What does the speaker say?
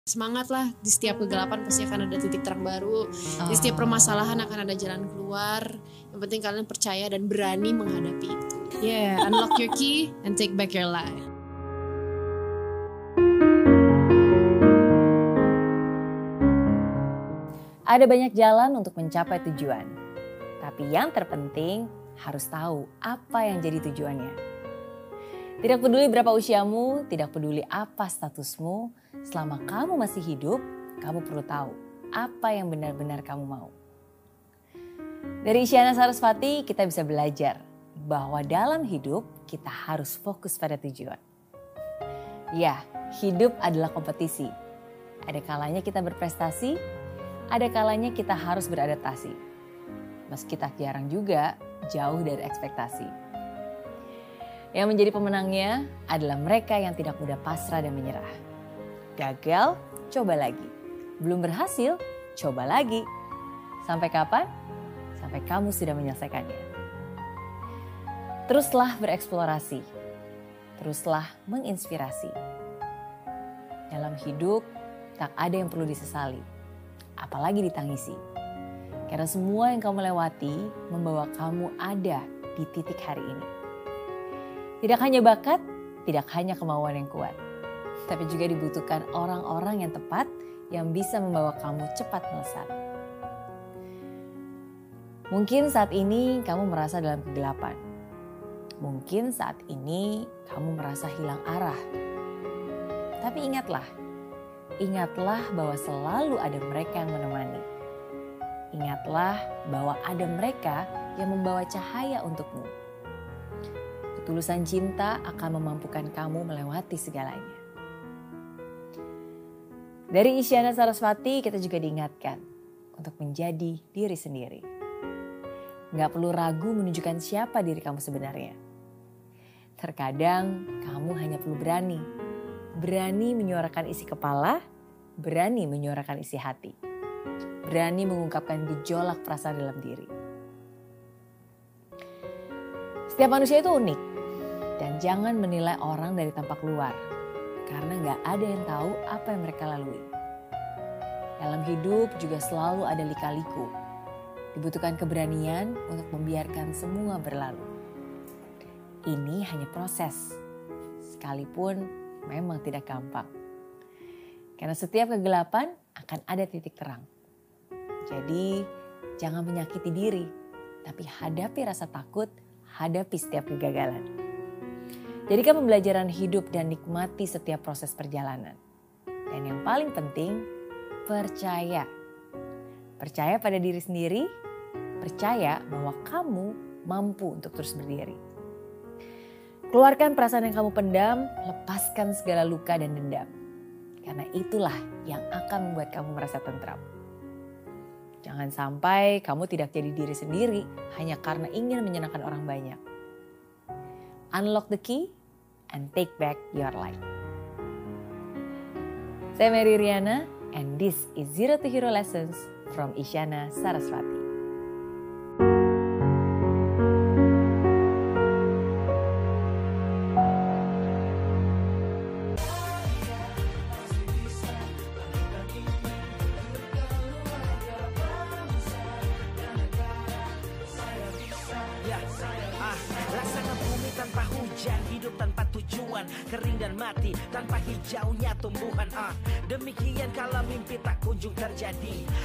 Semangatlah, di setiap kegelapan pasti akan ada titik terang baru. Di setiap permasalahan akan ada jalan keluar. Yang penting kalian percaya dan berani menghadapi itu. Yeah, unlock your key and take back your life. Ada banyak jalan untuk mencapai tujuan. Tapi yang terpenting harus tahu apa yang jadi tujuannya. Tidak peduli berapa usiamu, tidak peduli apa statusmu, selama kamu masih hidup, kamu perlu tahu apa yang benar-benar kamu mau. Dari Isyana Sarasvati kita bisa belajar bahwa dalam hidup kita harus fokus pada tujuan. Ya, hidup adalah kompetisi. Ada kalanya kita berprestasi, ada kalanya kita harus beradaptasi. Meski tak jarang juga jauh dari ekspektasi. Yang menjadi pemenangnya adalah mereka yang tidak mudah pasrah dan menyerah. Gagal, coba lagi. Belum berhasil, coba lagi. Sampai kapan? Sampai kamu sudah menyelesaikannya. Teruslah bereksplorasi. Teruslah menginspirasi. Dalam hidup, tak ada yang perlu disesali. Apalagi ditangisi. Karena semua yang kamu lewati membawa kamu ada di titik hari ini. Tidak hanya bakat, tidak hanya kemauan yang kuat. Tapi juga dibutuhkan orang-orang yang tepat yang bisa membawa kamu cepat melesat. Mungkin saat ini kamu merasa dalam kegelapan. Mungkin saat ini kamu merasa hilang arah. Tapi ingatlah bahwa selalu ada mereka yang menemani. Ingatlah bahwa ada mereka yang membawa cahaya untukmu. Ketulusan cinta akan memampukan kamu melewati segalanya. Dari Isyana Sarasvati kita juga diingatkan untuk menjadi diri sendiri. Gak perlu ragu menunjukkan siapa diri kamu sebenarnya. Terkadang kamu hanya perlu berani. Berani menyuarakan isi kepala, berani menyuarakan isi hati. Berani mengungkapkan gejolak perasaan dalam diri. Setiap manusia itu unik. Dan jangan menilai orang dari tampak luar. Karena gak ada yang tahu apa yang mereka lalui. Dalam hidup juga selalu ada lika-liku. Dibutuhkan keberanian untuk membiarkan semua berlalu. Ini hanya proses. Sekalipun memang tidak gampang. Karena setiap kegelapan akan ada titik terang. Jadi jangan menyakiti diri. Tapi hadapi rasa takut, hadapi setiap kegagalan. Jadikan pembelajaran hidup dan nikmati setiap proses perjalanan. Dan yang paling penting, percaya. Percaya pada diri sendiri, percaya bahwa kamu mampu untuk terus berdiri. Keluarkan perasaan yang kamu pendam, lepaskan segala luka dan dendam. Karena itulah yang akan membuat kamu merasa tentram. Jangan sampai kamu tidak jadi diri sendiri hanya karena ingin menyenangkan orang banyak. Unlock the key and take back your life. Saya Mary Riana and this is Zero to Hero Lessons from Isyana Sarasvati. Laksana bumi tanpa hujan, hidup tanpa tujuan, kering dan mati tanpa hijaunya tumbuhan. Demikian kalau mimpi tak kunjung terjadi.